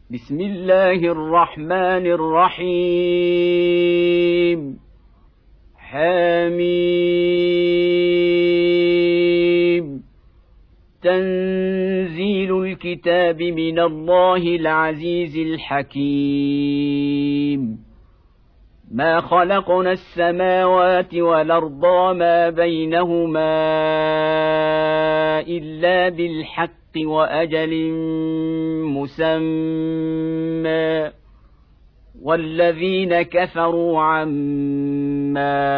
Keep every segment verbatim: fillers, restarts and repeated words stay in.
بسم الله الرحمن الرحيم حميم تنزيل الكتاب من الله العزيز الحكيم ما خلقنا السماوات والأرض وما بينهما إلا بالحق وأجل مسمى والذين كفروا عما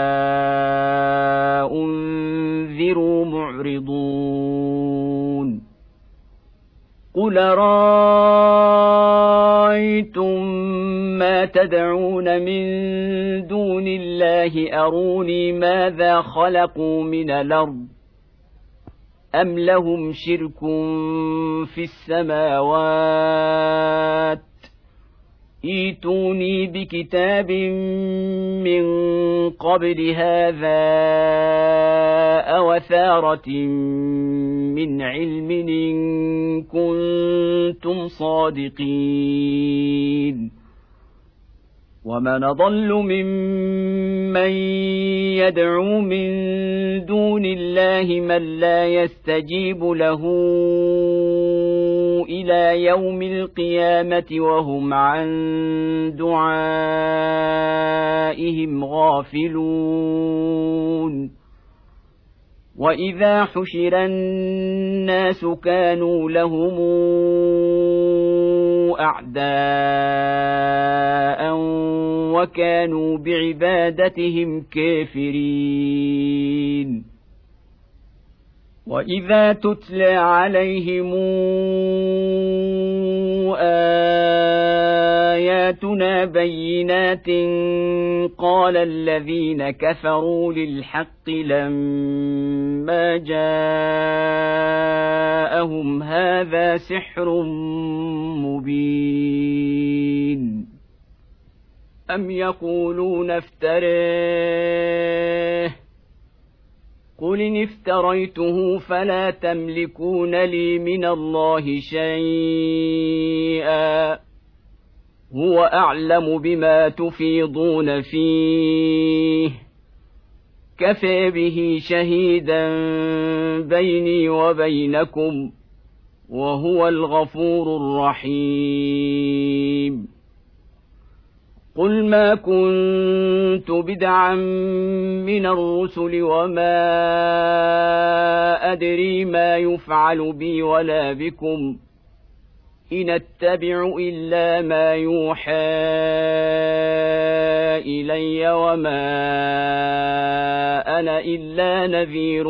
أنذروا معرضون قل رأيتم ما تدعون من دون الله أروني ماذا خلقوا من الأرض أم لهم شرك في السماوات ائتوني بكتاب من قبل هذا أو أثارة من علم إن كنتم صادقين ومن أضل ممن يدعو من دون الله من لا يستجيب له إلى يوم القيامة وهم عن دعائهم غافلون وإذا حشر الناس كانوا لهم أعداء وكانوا بعبادتهم كافرين وإذا تتلى عليهم آياتنا بينات قال الذين كفروا للحق لما جاءهم هذا سحر مبين أم يقولون افتريه قل إن افتريته فلا تملكون لي من الله شيئا هو أعلم بما تفيضون فيه كفى به شهيدا بيني وبينكم وهو الغفور الرحيم قل ما كنت بدعا من الرسل وما أدري ما يفعل بي ولا بكم إن أتبع إلا ما يوحى إلي وما أنا إلا نذير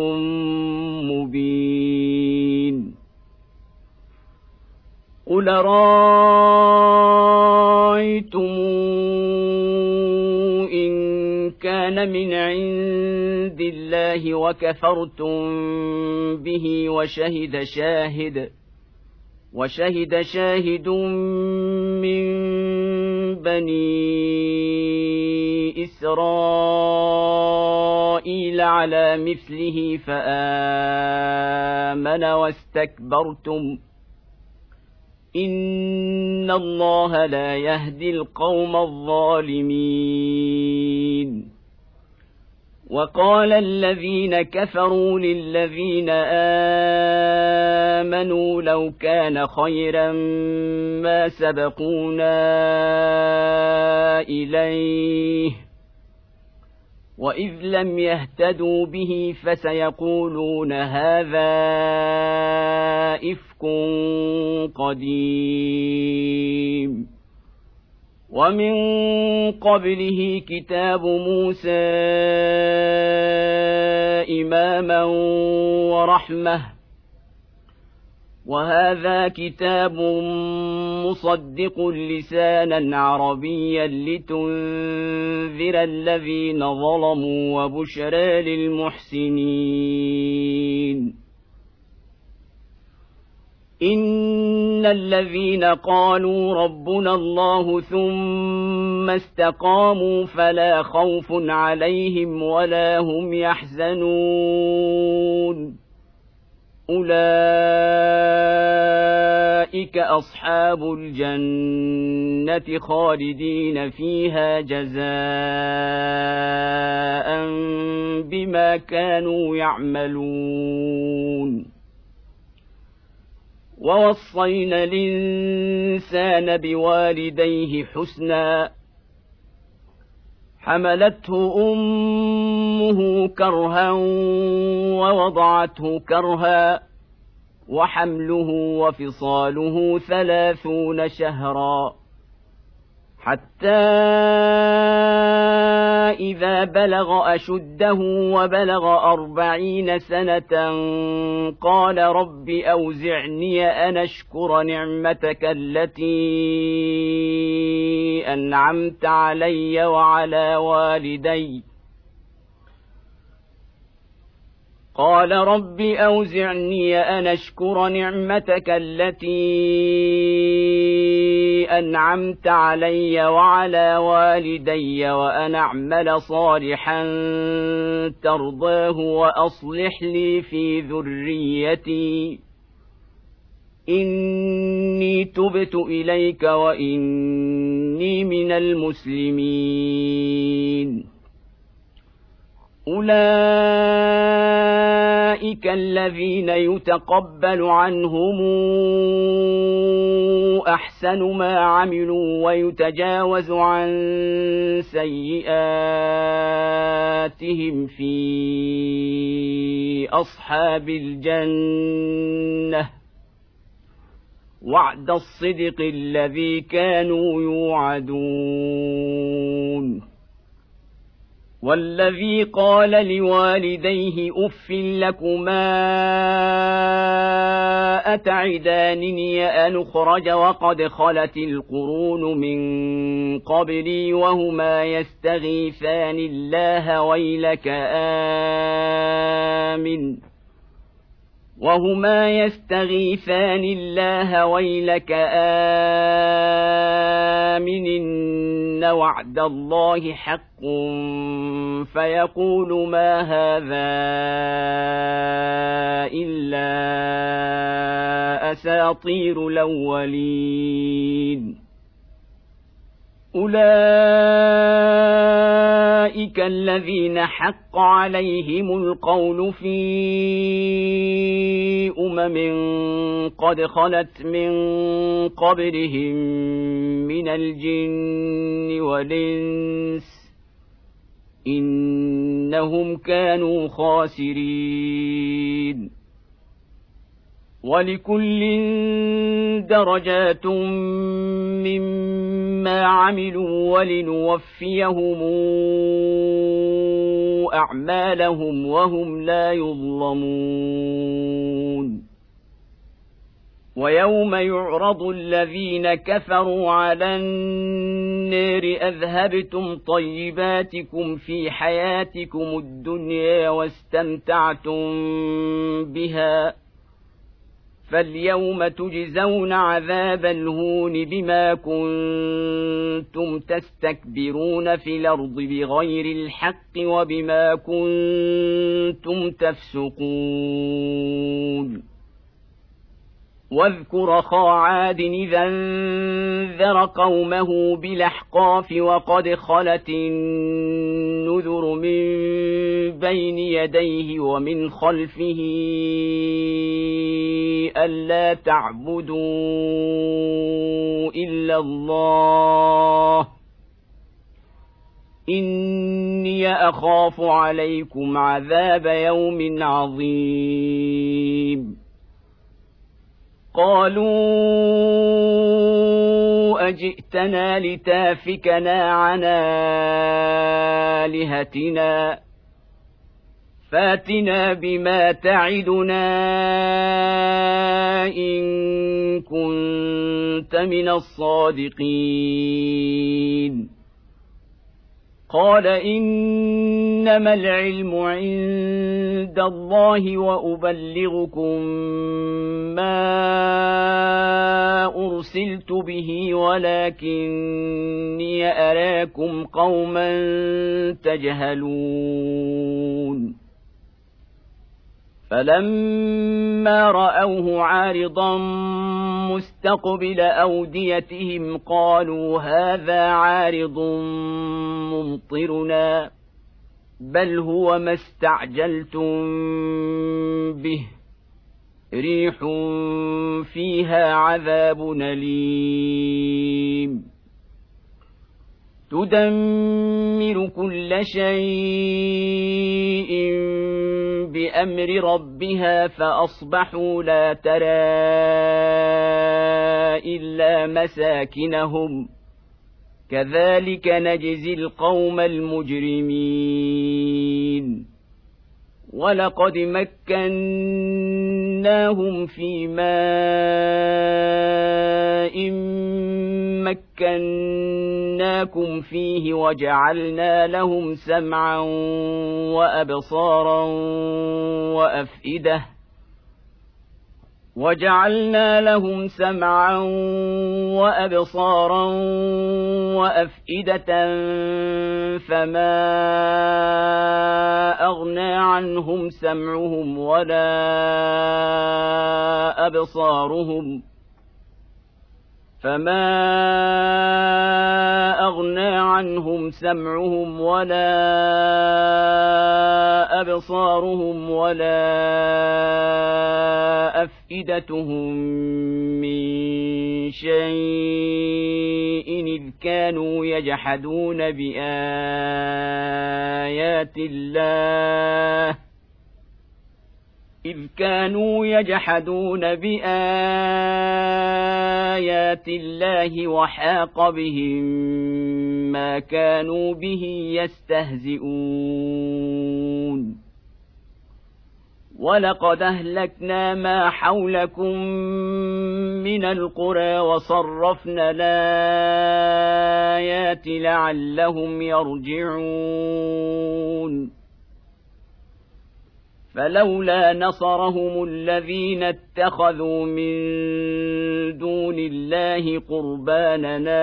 مبين قل رأيتم إن كان من عند الله وكفرتم به وشهد شاهد وشهد شاهد من بني إسرائيل على مثله فآمن واستكبرتم إن الله لا يهدي القوم الظالمين وقال الذين كفروا للذين آمنوا لو كان خيرا ما سبقونا إليه وإذ لم يهتدوا به فسيقولون هذا إفك قديم ومن قبله كتاب موسى إماما ورحمة وهذا كتاب مصدق لسانا عربيا لتنذر الذين ظلموا وبشرى للمحسنين إن الذين قالوا ربنا الله ثم استقاموا فلا خوف عليهم ولا هم يحزنون أولئك أصحاب الجنة خالدين فيها جزاء بما كانوا يعملون ووصينا الإنسان بوالديه حسنا حملته أمه كرها ووضعته كرها وحمله وفصاله ثلاثون شهرا حتى إذا بلغ أشده وبلغ أربعين سنة قال رب أوزعني أن أشكر نعمتك التي أنعمت علي وعلى والدي قال رب أوزعني أن أشكر نعمتك التي أنعمت علي وعلى والدي وأن أعمل صالحا ترضاه وأصلح لي في ذريتي إني تبت إليك وإني من المسلمين أولئك الذين يتقبل عنهم أحسن ما عملوا ويتجاوز عن سيئاتهم في أصحاب الجنة وعد الصدق الذي كانوا يوعدون والذي قال لوالديه أف لكما أتعدانني أن أخرج وقد خلت القرون من قبلي وهما يستغيثان الله ويلك آمن وهما يستغيثان الله ويلك آمن إن وعد الله حق فيقول ما هذا إلا أساطير الأولين أولئك الذين حق عليهم القول في أمم قد خلت من قبلهم من الجن والإنس إنهم كانوا خاسرين ولكل درجات مما عملوا ولنوفيهم أعمالهم وهم لا يظلمون ويوم يعرض الذين كفروا على النار أذهبتم طيباتكم في حياتكم الدنيا واستمتعتم بها فاليوم تجزون عذاب الهون بما كنتم تستكبرون في الأرض بغير الحق وبما كنتم تفسقون واذكر أخا عاد إذا انذر قومه بالأحقاف وقد خلت النذر من بين يديه ومن خلفه ألا تعبدوا إلا الله إني أخاف عليكم عذاب يوم عظيم قالوا أجئتنا لتافكنا عن آلهتنا فاتنا بما تعدنا إن كنت من الصادقين قال إنما العلم عند الله وأبلغكم ما أرسلت به ولكني أراكم قوما تجهلون فلما رأوه عارضا مستقبل أوديتهم قالوا هذا عارض ممطرنا بل هو ما استعجلتم به ريح فيها عذاب أليم تدمر كل شيء بأمر ربها فأصبحوا لا ترى إلا مساكنهم كذلك نجزي القوم المجرمين ولقد مكناهم في ماء مكناكم فيه وجعلنا لهم سمعا وأبصارا وأفئدة وجعلنا لهم سمعا وأبصارا وأفئدة فما أغنى عنهم سمعهم ولا أبصارهم فما أغنى عنهم سمعهم ولا أبصارهم ولا أفئدتهم من شيء إذ كانوا يجحدون بآيات الله إذ كانوا يجحدون بآيات الله وحاق بهم ما كانوا به يستهزئون ولقد أهلكنا ما حولكم من القرى وصرفنا الآيات لعلهم يرجعون فلولا نصرهم الذين اتخذوا من دون الله قربانا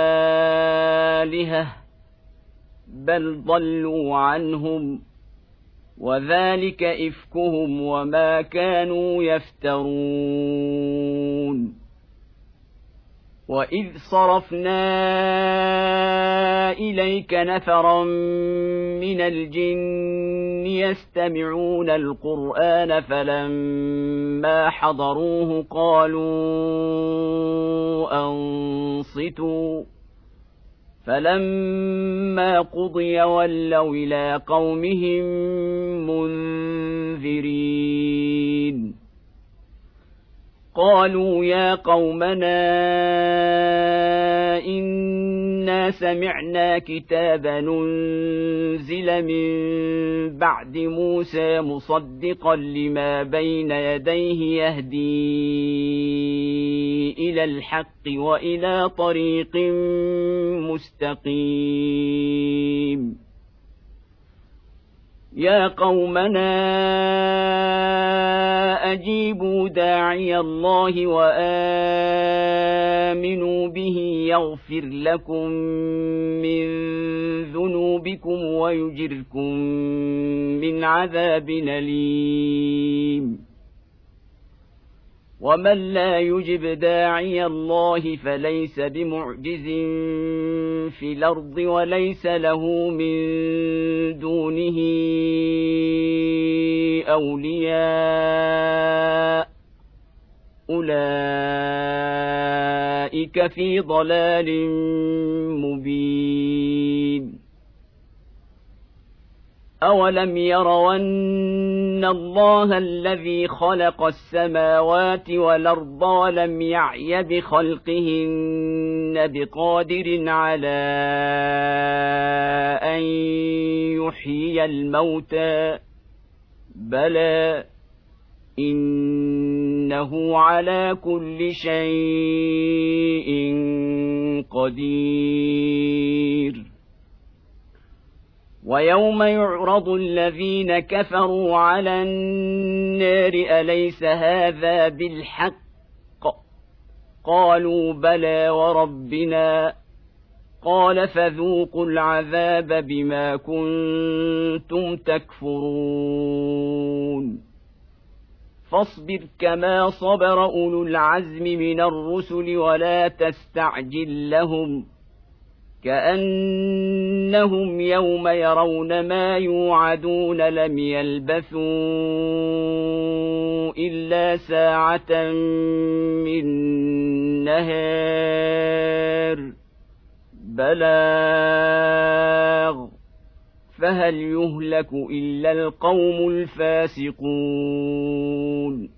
آلهة بل ضلوا عنهم وذلك إفكهم وما كانوا يفترون وإذ صرفنا إليك نفرا من الجن يستمعون القرآن فلما حضروه قالوا أنصتوا فلما قضي ولوا إلى قومهم منذرين قالوا يا قومنا إنا سمعنا كتابا أنزل من بعد موسى مصدقا لما بين يديه يهدي إلى الحق وإلى طريق مستقيم يا قومنا أجيبوا داعي الله وآمنوا به يغفر لكم من ذنوبكم ويجركم من عذاب أليم ومن لا يجب داعي الله فليس بمعجز في الأرض وليس له من دونه أولياء أولئك في ضلال مبين أولم يروا أن الله الذي خلق السماوات والأرض ولم يعي بخلقهن بقادر على أن يحيي الموتى بلى إنه على كل شيء قدير ويوم يعرض الذين كفروا على النار أليس هذا بالحق قالوا بلى وربنا قال فذوقوا العذاب بما كنتم تكفرون فاصبر كما صبر أولو العزم من الرسل ولا تستعجل لهم كأنهم يوم يرون ما يوعدون لم يلبثوا إلا ساعة من نهار بلاغ فهل يهلك إلا القوم الفاسقون